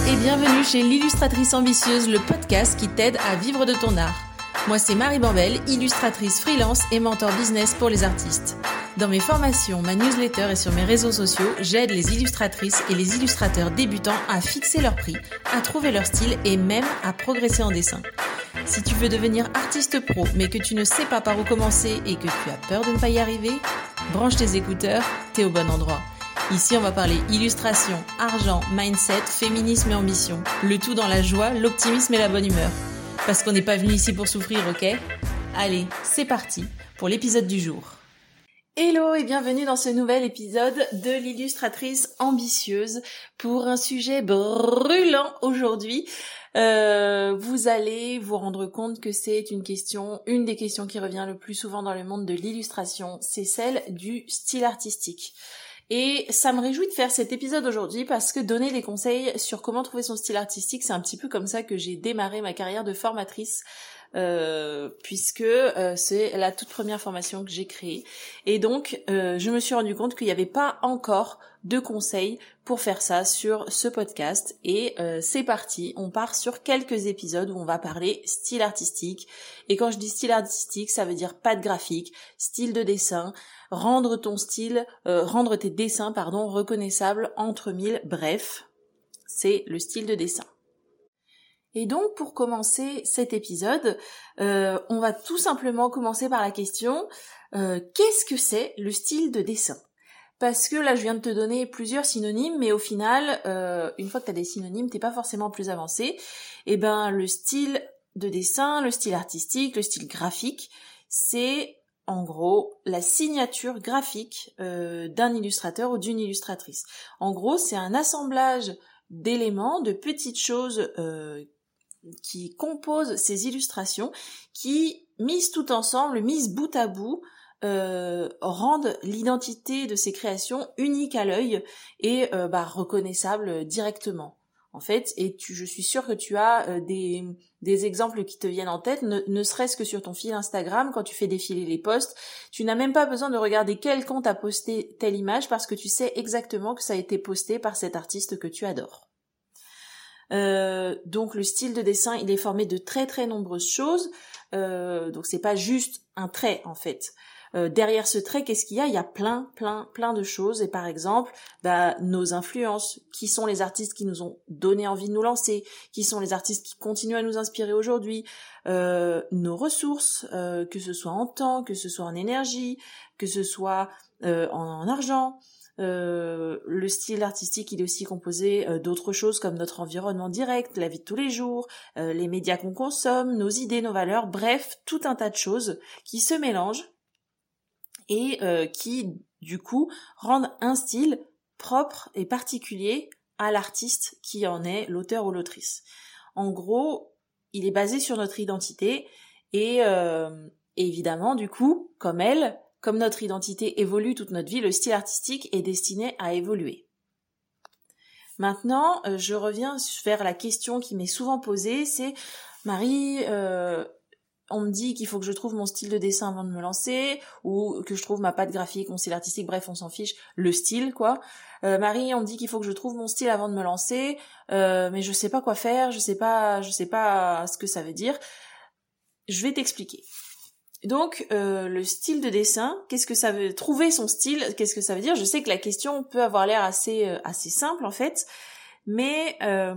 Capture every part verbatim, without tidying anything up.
et bienvenue chez l'Illustratrice Ambitieuse, le podcast qui t'aide à vivre de ton art. Moi c'est Marie Borbel, illustratrice freelance et mentor business pour les artistes. Dans mes formations, ma newsletter et sur mes réseaux sociaux, j'aide les illustratrices et les illustrateurs débutants à fixer leur prix, à trouver leur style et même à progresser en dessin. Si tu veux devenir artiste pro mais que tu ne sais pas par où commencer et que tu as peur de ne pas y arriver, branche tes écouteurs, t'es au bon endroit. Ici, on va parler illustration, argent, mindset, féminisme et ambition. Le tout dans la joie, l'optimisme et la bonne humeur. Parce qu'on n'est pas venu ici pour souffrir, ok ? Allez, c'est parti pour l'épisode du jour. Hello et bienvenue dans ce nouvel épisode de l'illustratrice ambitieuse pour un sujet brûlant aujourd'hui. Euh, vous allez vous rendre compte que c'est une question, une des questions qui revient le plus souvent dans le monde de l'illustration, c'est celle du style artistique. Et ça me réjouit de faire cet épisode aujourd'hui parce que donner des conseils sur comment trouver son style artistique, c'est un petit peu comme ça que j'ai démarré ma carrière de formatrice, euh, puisque euh, c'est la toute première formation que j'ai créée. Et donc, euh, je me suis rendu compte qu'il n'y avait pas encore de conseils pour faire ça sur ce podcast. Et euh, c'est parti, on part sur quelques épisodes où on va parler style artistique. Et quand je dis style artistique, ça veut dire patte graphique, style de dessin, rendre ton style, euh, rendre tes dessins, pardon, reconnaissables entre mille, bref, c'est le style de dessin. Et donc, pour commencer cet épisode, euh, on va tout simplement commencer par la question, euh, qu'est-ce que c'est le style de dessin ? Parce que là, je viens de te donner plusieurs synonymes, mais au final, euh, une fois que tu as des synonymes, t'es pas forcément plus avancé. Et ben, le style de dessin, le style artistique, le style graphique, c'est en gros la signature graphique euh, d'un illustrateur ou d'une illustratrice. En gros, c'est un assemblage d'éléments, de petites choses euh, qui composent ces illustrations, qui, mises tout ensemble, mises bout à bout, euh, rendent l'identité de ces créations unique à l'œil et euh, bah, reconnaissable directement. En fait, et tu, je suis sûre que tu as euh, des, des exemples qui te viennent en tête, ne, ne serait-ce que sur ton fil Instagram, quand tu fais défiler les posts, tu n'as même pas besoin de regarder quel compte a posté telle image parce que tu sais exactement que ça a été posté par cet artiste que tu adores. Euh, donc le style de dessin, il est formé de très très nombreuses choses, euh, donc c'est pas juste un trait en fait. Euh, derrière ce trait, qu'est-ce qu'il y a ? Il y a plein, plein, plein de choses. Et par exemple, bah, nos influences. Qui sont les artistes qui nous ont donné envie de nous lancer ? Qui sont les artistes qui continuent à nous inspirer aujourd'hui ? euh, Nos ressources, euh, que ce soit en temps, que ce soit en énergie, que ce soit euh, en, en argent. Euh, le style artistique, il est aussi composé euh, d'autres choses comme notre environnement direct, la vie de tous les jours, euh, les médias qu'on consomme, nos idées, nos valeurs, bref, tout un tas de choses qui se mélangent et euh, qui, du coup, rendent un style propre et particulier à l'artiste qui en est l'auteur ou l'autrice. En gros, il est basé sur notre identité et, euh, et évidemment, du coup, comme elle, comme notre identité évolue toute notre vie, le style artistique est destiné à évoluer. Maintenant, euh, je reviens vers la question qui m'est souvent posée, c'est « Marie, euh, on me dit qu'il faut que je trouve mon style de dessin avant de me lancer, ou que je trouve ma patte graphique, mon style artistique, bref, on s'en fiche, le style, quoi. Euh, Marie, on me dit qu'il faut que je trouve mon style avant de me lancer, euh, mais je sais pas quoi faire, je sais pas, je sais pas ce que ça veut dire. Je vais t'expliquer. Donc, euh, le style de dessin, qu'est-ce que ça veut, trouver son style, qu'est-ce que ça veut dire ? Je sais que la question peut avoir l'air assez, euh, assez simple, en fait, mais euh,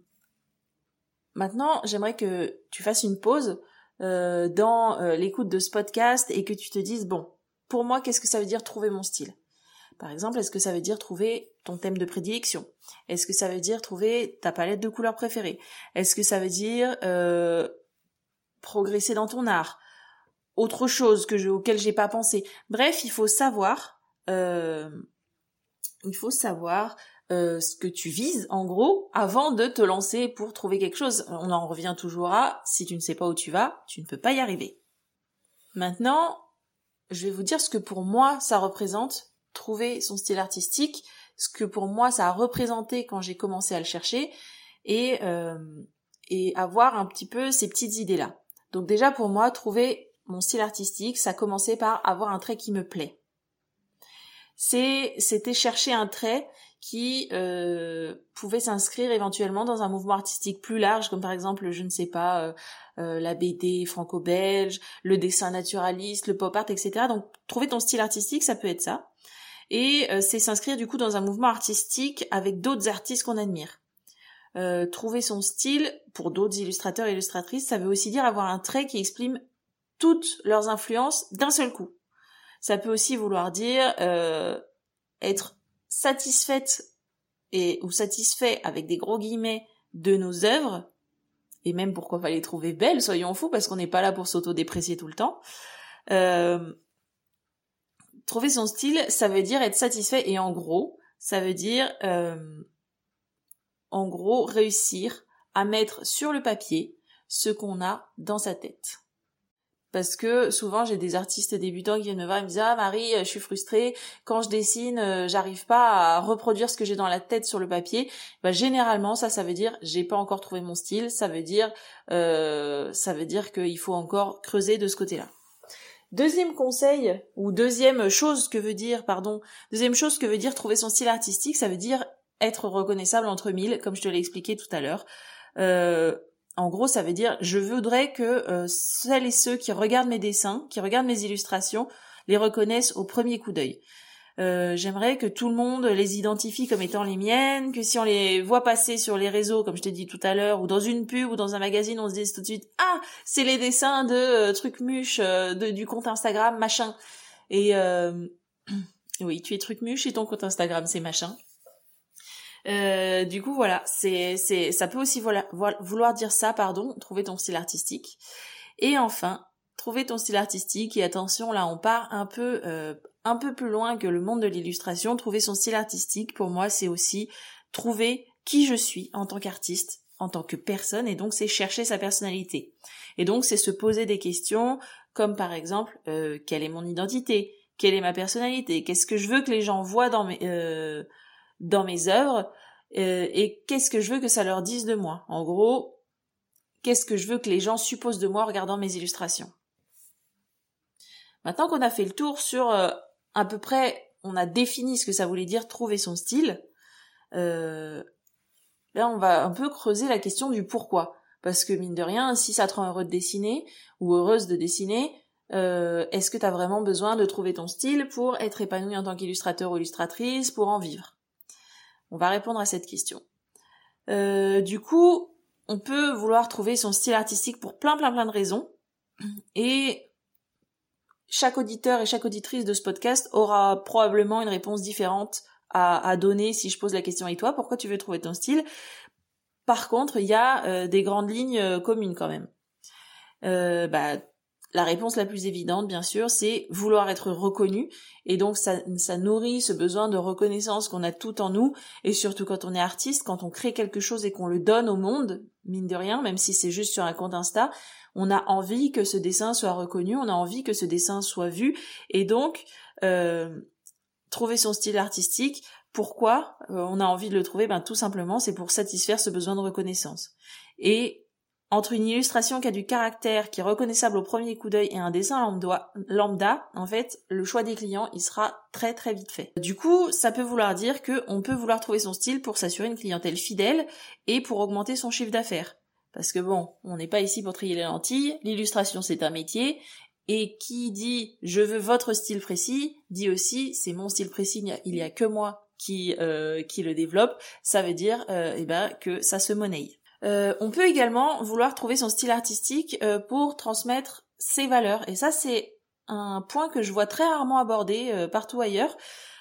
maintenant, j'aimerais que tu fasses une pause Euh, dans euh, l'écoute de ce podcast et que tu te dises, bon, pour moi, qu'est-ce que ça veut dire trouver mon style ? Par exemple, est-ce que ça veut dire trouver ton thème de prédilection ? Est-ce que ça veut dire trouver ta palette de couleurs préférée ? Est-ce que ça veut dire euh, progresser dans ton art ? Autre chose que je, auquel j'ai pas pensé. Bref, il faut savoir, euh, il faut savoir Euh, ce que tu vises en gros avant de te lancer pour trouver quelque chose. On en revient toujours à si tu ne sais pas où tu vas, tu ne peux pas y arriver. Maintenant, je vais vous dire ce que pour moi ça représente trouver son style artistique, ce que pour moi ça a représenté quand j'ai commencé à le chercher et euh, et avoir un petit peu ces petites idées là. Donc déjà pour moi trouver mon style artistique, ça a commencé par avoir un trait qui me plaît. C'est c'était chercher un trait qui euh, pouvaient s'inscrire éventuellement dans un mouvement artistique plus large, comme par exemple, je ne sais pas, euh, euh, la B D franco-belge, le dessin naturaliste, le pop art, et cetera. Donc, trouver ton style artistique, ça peut être ça. Et euh, c'est s'inscrire du coup dans un mouvement artistique avec d'autres artistes qu'on admire. Euh, trouver son style, pour d'autres illustrateurs et illustratrices, ça veut aussi dire avoir un trait qui exprime toutes leurs influences d'un seul coup. Ça peut aussi vouloir dire euh, être satisfaite et ou satisfait avec des gros guillemets de nos œuvres, et même pourquoi pas les trouver belles, soyons fous, parce qu'on n'est pas là pour s'auto-déprécier tout le temps. Euh, trouver son style, ça veut dire être satisfait, et en gros, ça veut dire euh, en gros réussir à mettre sur le papier ce qu'on a dans sa tête. Parce que souvent j'ai des artistes débutants qui viennent me voir et me disent « Ah Marie, je suis frustrée, quand je dessine, euh, j'arrive pas à reproduire ce que j'ai dans la tête sur le papier. » Bah, généralement ça, ça veut dire « J'ai pas encore trouvé mon style », ça veut dire euh, ça veut dire qu'il faut encore creuser de ce côté-là. Deuxième conseil, ou deuxième chose que veut dire, pardon, deuxième chose que veut dire trouver son style artistique, ça veut dire être reconnaissable entre mille, comme je te l'ai expliqué tout à l'heure. Euh, En gros, ça veut dire, je voudrais que euh, celles et ceux qui regardent mes dessins, qui regardent mes illustrations, les reconnaissent au premier coup d'œil. Euh, j'aimerais que tout le monde les identifie comme étant les miennes, que si on les voit passer sur les réseaux, comme je t'ai dit tout à l'heure, ou dans une pub ou dans un magazine, on se dise tout de suite « Ah, c'est les dessins de euh, Trucmuche, euh, de, du compte Instagram, machin. » Et euh, oui, tu es Trucmuche et ton compte Instagram, c'est machin. Euh, du coup voilà, c'est c'est ça peut aussi voilà, vouloir dire ça, pardon, trouver ton style artistique. Et enfin, trouver ton style artistique, et attention, là on part un peu euh, un peu plus loin que le monde de l'illustration. Trouver son style artistique, pour moi, c'est aussi trouver qui je suis en tant qu'artiste, en tant que personne, et donc c'est chercher sa personnalité. Et donc c'est se poser des questions comme par exemple euh, quelle est mon identité, quelle est ma personnalité, qu'est-ce que je veux que les gens voient dans mes euh, dans mes œuvres, euh, et qu'est-ce que je veux que ça leur dise de moi. En gros, qu'est-ce que je veux que les gens supposent de moi en regardant mes illustrations. Maintenant qu'on a fait le tour sur euh, à peu près, on a défini ce que ça voulait dire trouver son style, euh, là on va un peu creuser la question du pourquoi. Parce que mine de rien, si ça te rend heureux de dessiner, ou heureuse de dessiner, euh, est-ce que tu as vraiment besoin de trouver ton style pour être épanoui en tant qu'illustrateur ou illustratrice, pour en vivre? On va répondre à cette question. Euh, du coup, on peut vouloir trouver son style artistique pour plein plein plein de raisons. Et chaque auditeur et chaque auditrice de ce podcast aura probablement une réponse différente à, à donner si je pose la question « Et toi, pourquoi tu veux trouver ton style ?» Par contre, il y a euh, des grandes lignes euh, communes quand même. Euh, bah, la réponse la plus évidente, bien sûr, c'est vouloir être reconnu, et donc ça, ça nourrit ce besoin de reconnaissance qu'on a tout en nous, et surtout quand on est artiste, quand on crée quelque chose et qu'on le donne au monde, mine de rien, même si c'est juste sur un compte Insta, on a envie que ce dessin soit reconnu, on a envie que ce dessin soit vu, et donc euh, trouver son style artistique. Pourquoi euh, on a envie de le trouver? Ben tout simplement, c'est pour satisfaire ce besoin de reconnaissance. Et entre une illustration qui a du caractère, qui est reconnaissable au premier coup d'œil, et un dessin lambda, lambda, en fait, le choix des clients, il sera très très vite fait. Du coup, ça peut vouloir dire qu'on peut vouloir trouver son style pour s'assurer une clientèle fidèle et pour augmenter son chiffre d'affaires. Parce que bon, on n'est pas ici pour trier les lentilles, l'illustration c'est un métier, et qui dit « je veux votre style précis » dit aussi « c'est mon style précis, il n'y a, a que moi qui, euh, qui le développe », ça veut dire euh, eh ben, que ça se monnaie. Euh, on peut également vouloir trouver son style artistique euh, pour transmettre ses valeurs. Et ça, c'est un point que je vois très rarement abordé euh, partout ailleurs.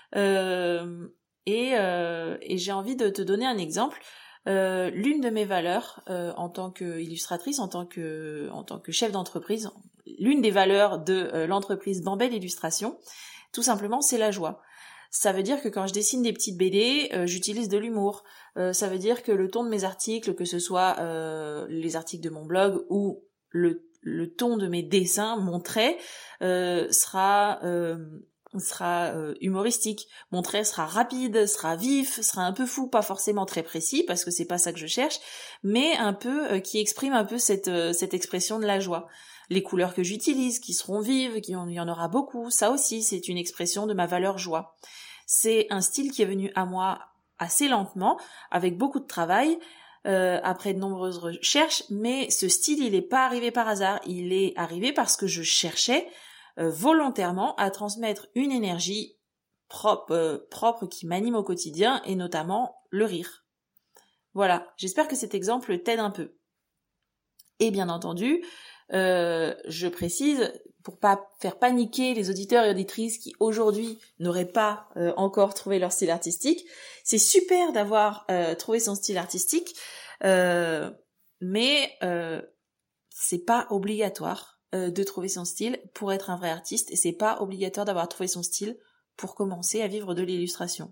Euh, et, euh, et j'ai envie de te donner un exemple. Euh, l'une de mes valeurs euh, en tant qu'illustratrice, en tant que, en tant que chef d'entreprise, l'une des valeurs de euh, l'entreprise Bambel Illustration, tout simplement, c'est la joie. Ça veut dire que quand je dessine des petites B D, euh, j'utilise de l'humour. Euh, ça veut dire que le ton de mes articles, que ce soit euh, les articles de mon blog ou le, le ton de mes dessins, mon trait, euh, sera, euh, sera euh, humoristique. Mon trait sera rapide, sera vif, sera un peu fou, pas forcément très précis, parce que c'est pas ça que je cherche, mais un peu euh, qui exprime un peu cette, euh, cette expression de la joie. Les couleurs que j'utilise, qui seront vives, qui il y en aura beaucoup, ça aussi, c'est une expression de ma valeur joie. C'est un style qui est venu à moi assez lentement, avec beaucoup de travail, euh, après de nombreuses recherches, mais ce style, il n'est pas arrivé par hasard, il est arrivé parce que je cherchais euh, volontairement à transmettre une énergie propre, euh, propre qui m'anime au quotidien, et notamment le rire. Voilà, j'espère que cet exemple t'aide un peu. Et bien entendu, euh, je précise, pour pas faire paniquer les auditeurs et auditrices qui aujourd'hui n'auraient pas euh, encore trouvé leur style artistique, c'est super d'avoir euh, trouvé son style artistique, euh, mais euh, c'est pas obligatoire euh, de trouver son style pour être un vrai artiste, et c'est pas obligatoire d'avoir trouvé son style pour commencer à vivre de l'illustration.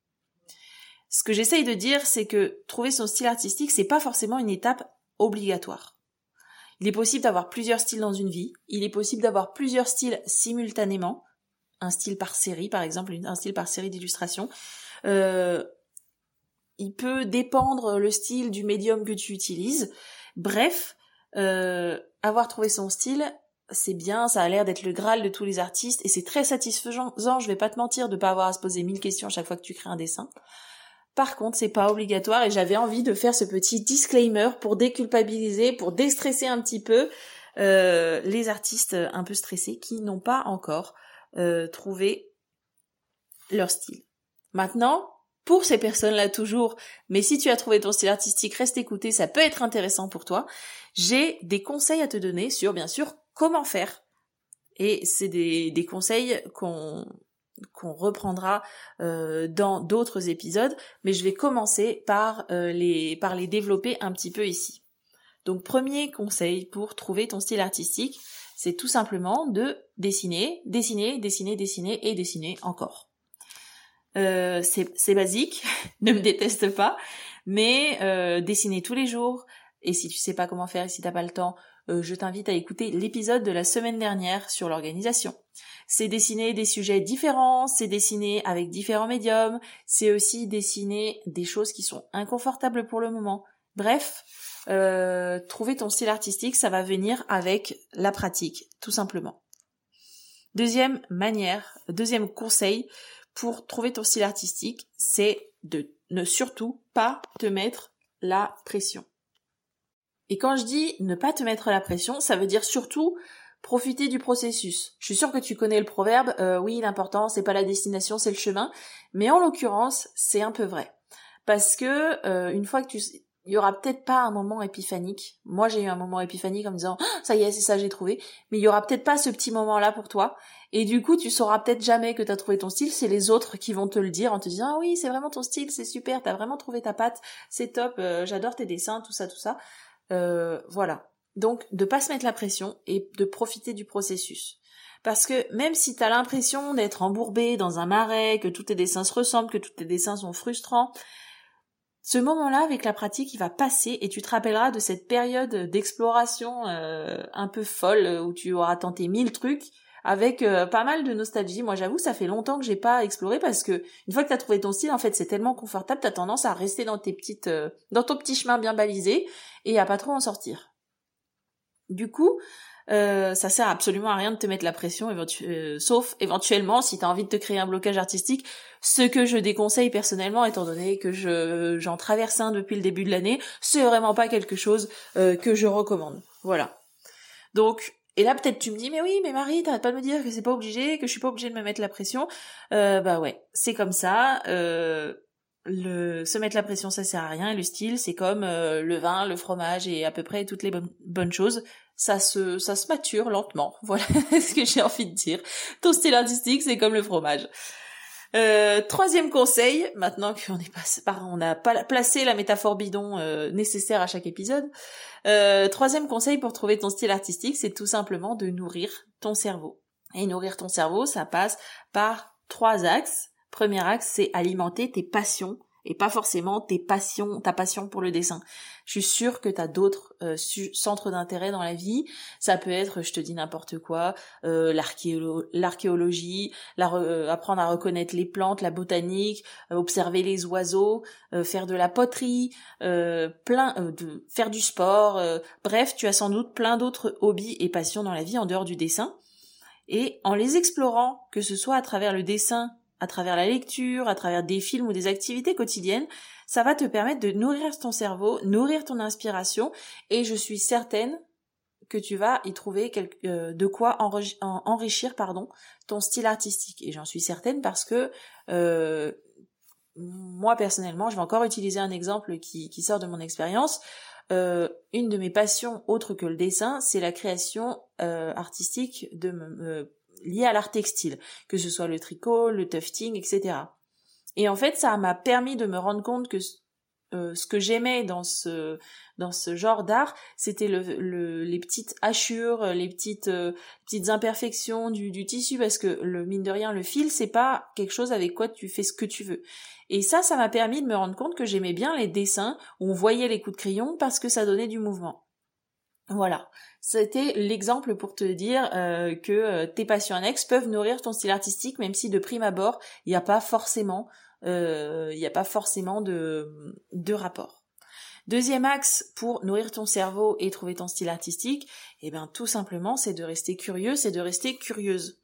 Ce que j'essaye de dire, c'est que trouver son style artistique, c'est pas forcément une étape obligatoire. Il est possible d'avoir plusieurs styles dans une vie, il est possible d'avoir plusieurs styles simultanément, un style par série par exemple, un style par série d'illustration. Euh, il peut dépendre le style du médium que tu utilises. Bref, euh, avoir trouvé son style, c'est bien, ça a l'air d'être le Graal de tous les artistes, et c'est très satisfaisant, je vais pas te mentir, de pas avoir à se poser mille questions à chaque fois que tu crées un dessin. Par contre, c'est pas obligatoire, et j'avais envie de faire ce petit disclaimer pour déculpabiliser, pour déstresser un petit peu euh, les artistes un peu stressés qui n'ont pas encore euh, trouvé leur style. Maintenant, pour ces personnes-là toujours, mais si tu as trouvé ton style artistique, reste écouté, ça peut être intéressant pour toi. J'ai des conseils à te donner sur, bien sûr, comment faire. Et c'est des, des conseils qu'on... qu'on reprendra euh, dans d'autres épisodes, mais je vais commencer par, euh, les, par les développer un petit peu ici. Donc premier conseil pour trouver ton style artistique, c'est tout simplement de dessiner, dessiner, dessiner, dessiner et dessiner encore. Euh, c'est, c'est basique, ne me déteste pas, mais euh, dessiner tous les jours, et si tu sais pas comment faire et si t'as pas le temps, euh, je t'invite à écouter l'épisode de la semaine dernière sur l'organisation. C'est dessiner des sujets différents, c'est dessiner avec différents médiums, c'est aussi dessiner des choses qui sont inconfortables pour le moment. Bref, euh, trouver ton style artistique, ça va venir avec la pratique, tout simplement. Deuxième manière, deuxième conseil pour trouver ton style artistique, c'est de ne surtout pas te mettre la pression. Et quand je dis ne pas te mettre la pression, ça veut dire surtout profiter du processus. Je suis sûre que tu connais le proverbe, euh, oui, l'important, c'est pas la destination, c'est le chemin. Mais en l'occurrence, c'est un peu vrai. Parce que, euh, une fois que tu... il y aura peut-être pas un moment épiphanique. Moi, j'ai eu un moment épiphanique en me disant, oh, ça y est, c'est ça, j'ai trouvé. Mais il y aura peut-être pas ce petit moment-là pour toi. Et du coup, tu sauras peut-être jamais que t'as trouvé ton style. C'est les autres qui vont te le dire en te disant, ah oui, c'est vraiment ton style, c'est super, t'as vraiment trouvé ta patte, c'est top, euh, j'adore tes dessins, tout ça, tout ça. Euh, voilà. Donc, de pas se mettre la pression et de profiter du processus. Parce que même si t'as l'impression d'être embourbé dans un marais, que tous tes dessins se ressemblent, que tous tes dessins sont frustrants, ce moment-là, avec la pratique, il va passer et tu te rappelleras de cette période d'exploration euh, un peu folle où tu auras tenté mille trucs avec euh, pas mal de nostalgie. Moi, j'avoue, ça fait longtemps que j'ai pas exploré parce que une fois que t'as trouvé ton style, en fait, c'est tellement confortable, t'as tendance à rester dans tes petites, euh, dans ton petit chemin bien balisé et à pas trop en sortir. Du coup, euh, ça sert absolument à rien de te mettre la pression, éventu- euh, sauf éventuellement si t'as envie de te créer un blocage artistique, ce que je déconseille personnellement, étant donné que je j'en traverse un depuis le début de l'année, c'est vraiment pas quelque chose euh, que je recommande. Voilà. Donc, et là peut-être tu me dis, mais oui, mais Marie, t'arrêtes pas de me dire que c'est pas obligé, que je suis pas obligée de me mettre la pression. Euh, bah ouais, c'est comme ça. Euh, le se mettre la pression, ça sert à rien. Et le style, c'est comme euh, le vin, le fromage et à peu près toutes les bonnes, bonnes choses. Ça se, ça se mature lentement. Voilà ce que j'ai envie de dire. Ton style artistique, c'est comme le fromage. Euh, troisième conseil, maintenant qu'on est passé par, on n'a pas placé la métaphore bidon euh, nécessaire à chaque épisode. Euh, troisième conseil pour trouver ton style artistique, c'est tout simplement de nourrir ton cerveau. Et nourrir ton cerveau, ça passe par trois axes. Premier axe, c'est alimenter tes passions et pas forcément tes passions, ta passion pour le dessin. Je suis sûre que tu as d'autres euh, su- centres d'intérêt dans la vie. Ça peut être, je te dis n'importe quoi, euh, l'archéolo- l'archéologie, la re- euh, apprendre à reconnaître les plantes, la botanique, euh, observer les oiseaux, euh, faire de la poterie, euh, plein, euh, de faire du sport. Euh, bref, tu as sans doute plein d'autres hobbies et passions dans la vie en dehors du dessin. Et en les explorant, que ce soit à travers le dessin, à travers la lecture, à travers des films ou des activités quotidiennes, ça va te permettre de nourrir ton cerveau, nourrir ton inspiration, et je suis certaine que tu vas y trouver quelque, euh, de quoi enri- en, enrichir pardon, ton style artistique. Et j'en suis certaine parce que euh, moi personnellement, je vais encore utiliser un exemple qui, qui sort de mon expérience. Euh, une de mes passions autres que le dessin, c'est la création euh, artistique de euh, liée à l'art textile, que ce soit le tricot, le tufting, et cetera. Et en fait, ça m'a permis de me rendre compte que euh, ce que j'aimais dans ce dans ce genre d'art, c'était le, le les petites hachures, les petites euh, petites imperfections du, du tissu, parce que le mine de rien, le fil, c'est pas quelque chose avec quoi tu fais ce que tu veux. Et ça, ça m'a permis de me rendre compte que j'aimais bien les dessins où on voyait les coups de crayon parce que ça donnait du mouvement. Voilà, c'était l'exemple pour te dire euh, que euh, tes passions annexes peuvent nourrir ton style artistique, même si de prime abord, il n'y a pas forcément, euh, il n'y a pas forcément de, de rapport. Deuxième axe pour nourrir ton cerveau et trouver ton style artistique, eh ben tout simplement, c'est de rester curieux, c'est de rester curieuse.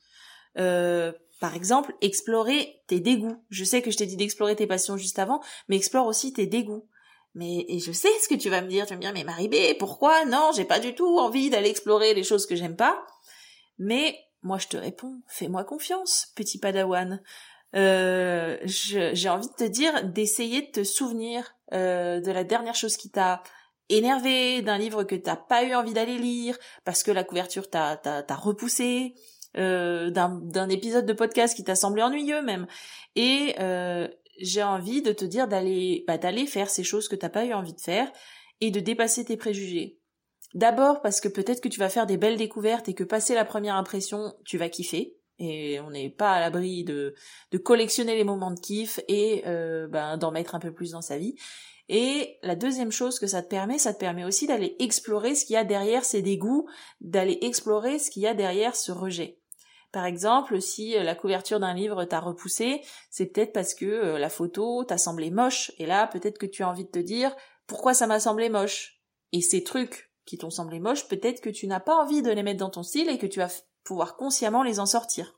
Euh, par exemple, explorer tes dégoûts. Je sais que je t'ai dit d'explorer tes passions juste avant, mais explore aussi tes dégoûts. Mais et je sais ce que tu vas me dire, tu vas me dire mais Marie-B, pourquoi? Non, j'ai pas du tout envie d'aller explorer les choses que j'aime pas. Mais moi je te réponds, fais-moi confiance, petit padawan. Euh, je, j'ai envie de te dire d'essayer de te souvenir euh, de la dernière chose qui t'a énervé, d'un livre que t'as pas eu envie d'aller lire parce que la couverture t'a t'a, t'a repoussé, euh, d'un, d'un épisode de podcast qui t'a semblé ennuyeux même. Et euh, j'ai envie de te dire d'aller bah, d'aller faire ces choses que t'as pas eu envie de faire et de dépasser tes préjugés. D'abord parce que peut-être que tu vas faire des belles découvertes et que passer la première impression, tu vas kiffer. Et on n'est pas à l'abri de, de collectionner les moments de kiff et euh, ben, d'en mettre un peu plus dans sa vie. Et la deuxième chose que ça te permet, ça te permet aussi d'aller explorer ce qu'il y a derrière ces dégoûts, d'aller explorer ce qu'il y a derrière ce rejet. Par exemple, si la couverture d'un livre t'a repoussé, c'est peut-être parce que la photo t'a semblé moche. Et là, peut-être que tu as envie de te dire « Pourquoi ça m'a semblé moche ?» Et ces trucs qui t'ont semblé moches, peut-être que tu n'as pas envie de les mettre dans ton style et que tu vas pouvoir consciemment les en sortir.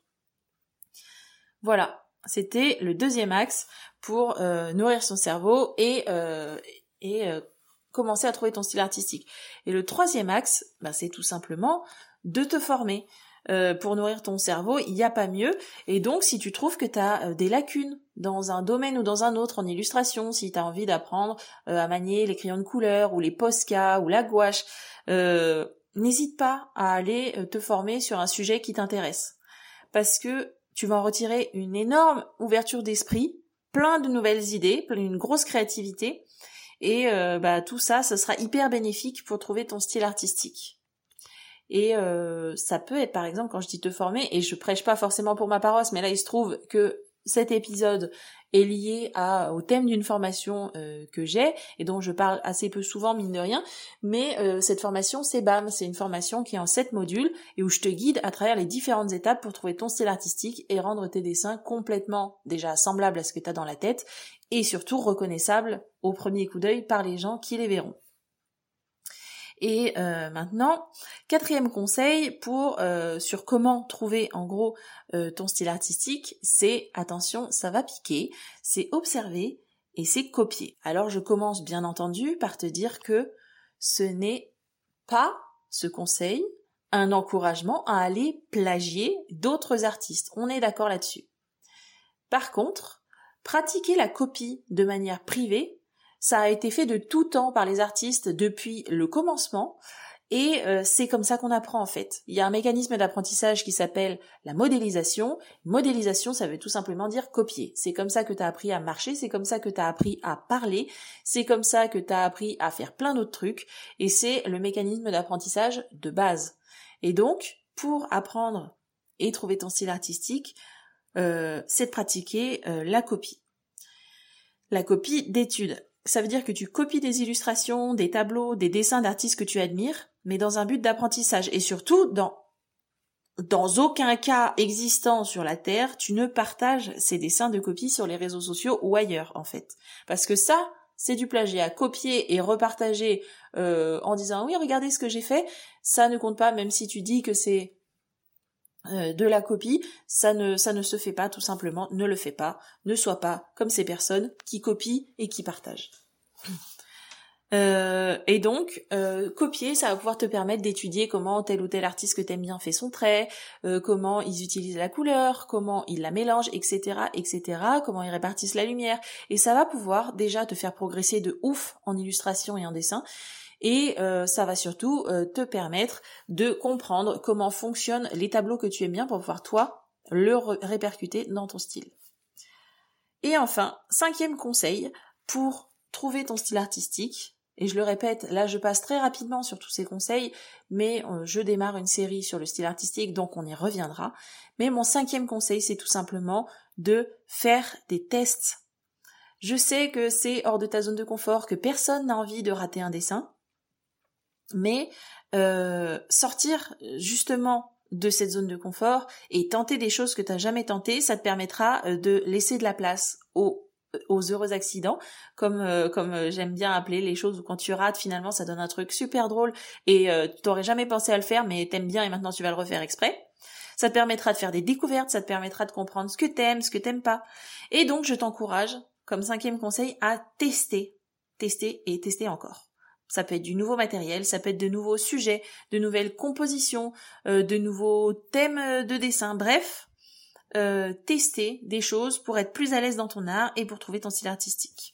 Voilà, c'était le deuxième axe pour euh, nourrir son cerveau et, euh, et euh, commencer à trouver ton style artistique. Et le troisième axe, bah, c'est tout simplement de te former. Euh, pour nourrir ton cerveau, il n'y a pas mieux. Et donc, si tu trouves que tu as euh, des lacunes dans un domaine ou dans un autre, en illustration, si tu as envie d'apprendre euh, à manier les crayons de couleur ou les Posca ou la gouache, euh, n'hésite pas à aller euh, te former sur un sujet qui t'intéresse. Parce que tu vas en retirer une énorme ouverture d'esprit, plein de nouvelles idées, une grosse créativité. Et euh, bah, tout ça, ce sera hyper bénéfique pour trouver ton style artistique. Et euh, ça peut être, par exemple, quand je dis te former, et je prêche pas forcément pour ma paroisse, mais là il se trouve que cet épisode est lié à, au thème d'une formation euh, que j'ai, et dont je parle assez peu souvent, mine de rien, mais euh, cette formation, c'est B A M, c'est une formation qui est en sept modules, et où je te guide à travers les différentes étapes pour trouver ton style artistique et rendre tes dessins complètement déjà semblables à ce que tu as dans la tête, et surtout reconnaissables au premier coup d'œil par les gens qui les verront. Et euh, maintenant, quatrième conseil pour euh, sur comment trouver en gros euh, ton style artistique, c'est attention, ça va piquer, c'est observer et c'est copier. Alors je commence bien entendu par te dire que ce n'est pas ce conseil un encouragement à aller plagier d'autres artistes. On est d'accord là-dessus. Par contre, pratiquer la copie de manière privée, ça a été fait de tout temps par les artistes depuis le commencement et euh, c'est comme ça qu'on apprend en fait. Il y a un mécanisme d'apprentissage qui s'appelle la modélisation. Modélisation, ça veut tout simplement dire copier. C'est comme ça que tu as appris à marcher, c'est comme ça que tu as appris à parler, c'est comme ça que tu as appris à faire plein d'autres trucs et c'est le mécanisme d'apprentissage de base. Et donc, pour apprendre et trouver ton style artistique, euh, c'est de pratiquer euh, la copie. La copie d'études. Ça veut dire que tu copies des illustrations, des tableaux, des dessins d'artistes que tu admires, mais dans un but d'apprentissage. Et surtout, dans, dans aucun cas existant sur la Terre, tu ne partages ces dessins de copie sur les réseaux sociaux ou ailleurs, en fait. Parce que ça, c'est du plagiat. Copier et repartager euh, en disant « oui, regardez ce que j'ai fait », ça ne compte pas, même si tu dis que c'est euh, de la copie, ça ne, ça ne se fait pas, tout simplement, ne le fais pas, ne sois pas comme ces personnes qui copient et qui partagent. Euh, et donc, euh, copier, ça va pouvoir te permettre d'étudier comment tel ou tel artiste que t'aimes bien fait son trait, euh, comment ils utilisent la couleur, comment ils la mélangent, et cetera, et cetera, comment ils répartissent la lumière. Et ça va pouvoir déjà te faire progresser de ouf en illustration et en dessin. Et euh, ça va surtout euh, te permettre de comprendre comment fonctionnent les tableaux que tu aimes bien pour pouvoir, toi, le ré- répercuter dans ton style. Et enfin, cinquième conseil, pour trouver ton style artistique. Et je le répète, là je passe très rapidement sur tous ces conseils, mais euh, je démarre une série sur le style artistique, donc on y reviendra. Mais mon cinquième conseil, c'est tout simplement de faire des tests. Je sais que c'est hors de ta zone de confort, que personne n'a envie de rater un dessin, mais euh, sortir justement de cette zone de confort et tenter des choses que tu n'as jamais tentées, ça te permettra de laisser de la place aux aux heureux accidents, comme euh, comme euh, j'aime bien appeler les choses où quand tu rates, finalement ça donne un truc super drôle et euh, tu t'aurais jamais pensé à le faire mais t'aimes bien et maintenant tu vas le refaire exprès. Ça te permettra de faire des découvertes, ça te permettra de comprendre ce que t'aimes, ce que t'aimes pas. Et donc je t'encourage, comme cinquième conseil, à tester, tester et tester encore. Ça peut être du nouveau matériel, ça peut être de nouveaux sujets, de nouvelles compositions, euh, de nouveaux thèmes de dessin, bref, Euh, tester des choses pour être plus à l'aise dans ton art et pour trouver ton style artistique.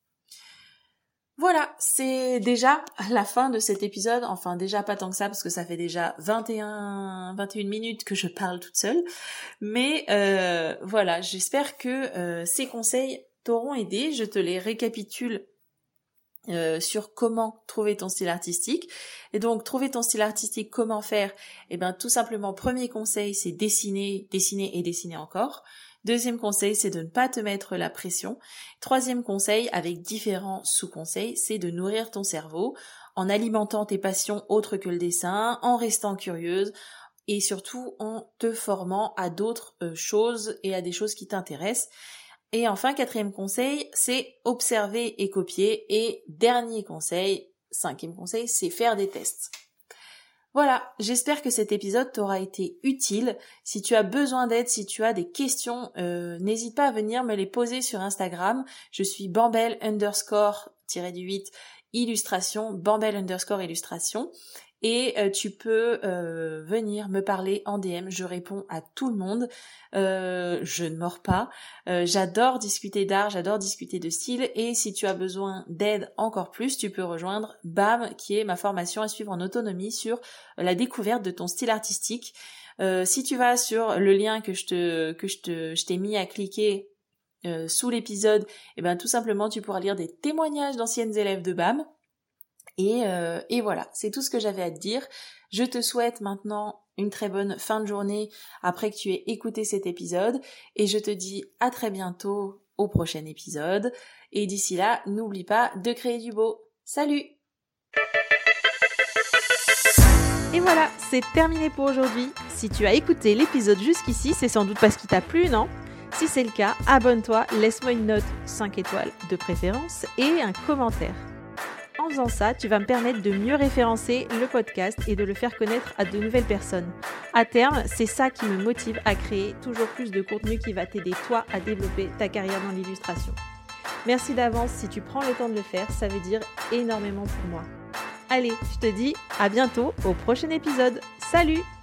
Voilà, c'est déjà la fin de cet épisode, enfin déjà pas tant que ça parce que ça fait déjà vingt et un, vingt et une minutes que je parle toute seule, mais euh, voilà, j'espère que euh, ces conseils t'auront aidé, je te les récapitule Euh, sur comment trouver ton style artistique. Et donc trouver ton style artistique, comment faire? Eh bien tout simplement, premier conseil, c'est dessiner, dessiner et dessiner encore. Deuxième conseil, c'est de ne pas te mettre la pression. Troisième conseil, avec différents sous-conseils, c'est de nourrir ton cerveau en alimentant tes passions autres que le dessin, en restant curieuse et surtout en te formant à d'autres euh, choses et à des choses qui t'intéressent. Et enfin, quatrième conseil, c'est observer et copier. Et dernier conseil, cinquième conseil, c'est faire des tests. Voilà, j'espère que cet épisode t'aura été utile. Si tu as besoin d'aide, si tu as des questions, euh, n'hésite pas à venir me les poser sur Instagram. Je suis bambel underscore tiré du huit illustration, bambel underscore illustration. Et euh, tu peux euh, venir me parler en D M, je réponds à tout le monde, euh, je ne mords pas, euh, j'adore discuter d'art, j'adore discuter de style, et si tu as besoin d'aide encore plus, tu peux rejoindre B A M, qui est ma formation à suivre en autonomie sur la découverte de ton style artistique. Euh, si tu vas sur le lien que je te que je te je t'ai mis à cliquer euh, sous l'épisode, et ben tout simplement tu pourras lire des témoignages d'anciennes élèves de B A M. Et, euh, et voilà, c'est tout ce que j'avais à te dire. Je te souhaite maintenant une très bonne fin de journée après que tu aies écouté cet épisode. Et je te dis à très bientôt au prochain épisode. Et d'ici là, n'oublie pas de créer du beau. Salut! Et voilà, c'est terminé pour aujourd'hui. Si tu as écouté l'épisode jusqu'ici, c'est sans doute parce qu'il t'a plu, non ? Si c'est le cas, abonne-toi, laisse-moi une note cinq étoiles de préférence et un commentaire. En faisant ça, tu vas me permettre de mieux référencer le podcast et de le faire connaître à de nouvelles personnes. À terme, c'est ça qui me motive à créer toujours plus de contenu qui va t'aider toi à développer ta carrière dans l'illustration. Merci d'avance si tu prends le temps de le faire, ça veut dire énormément pour moi. Allez, je te dis à bientôt au prochain épisode. Salut!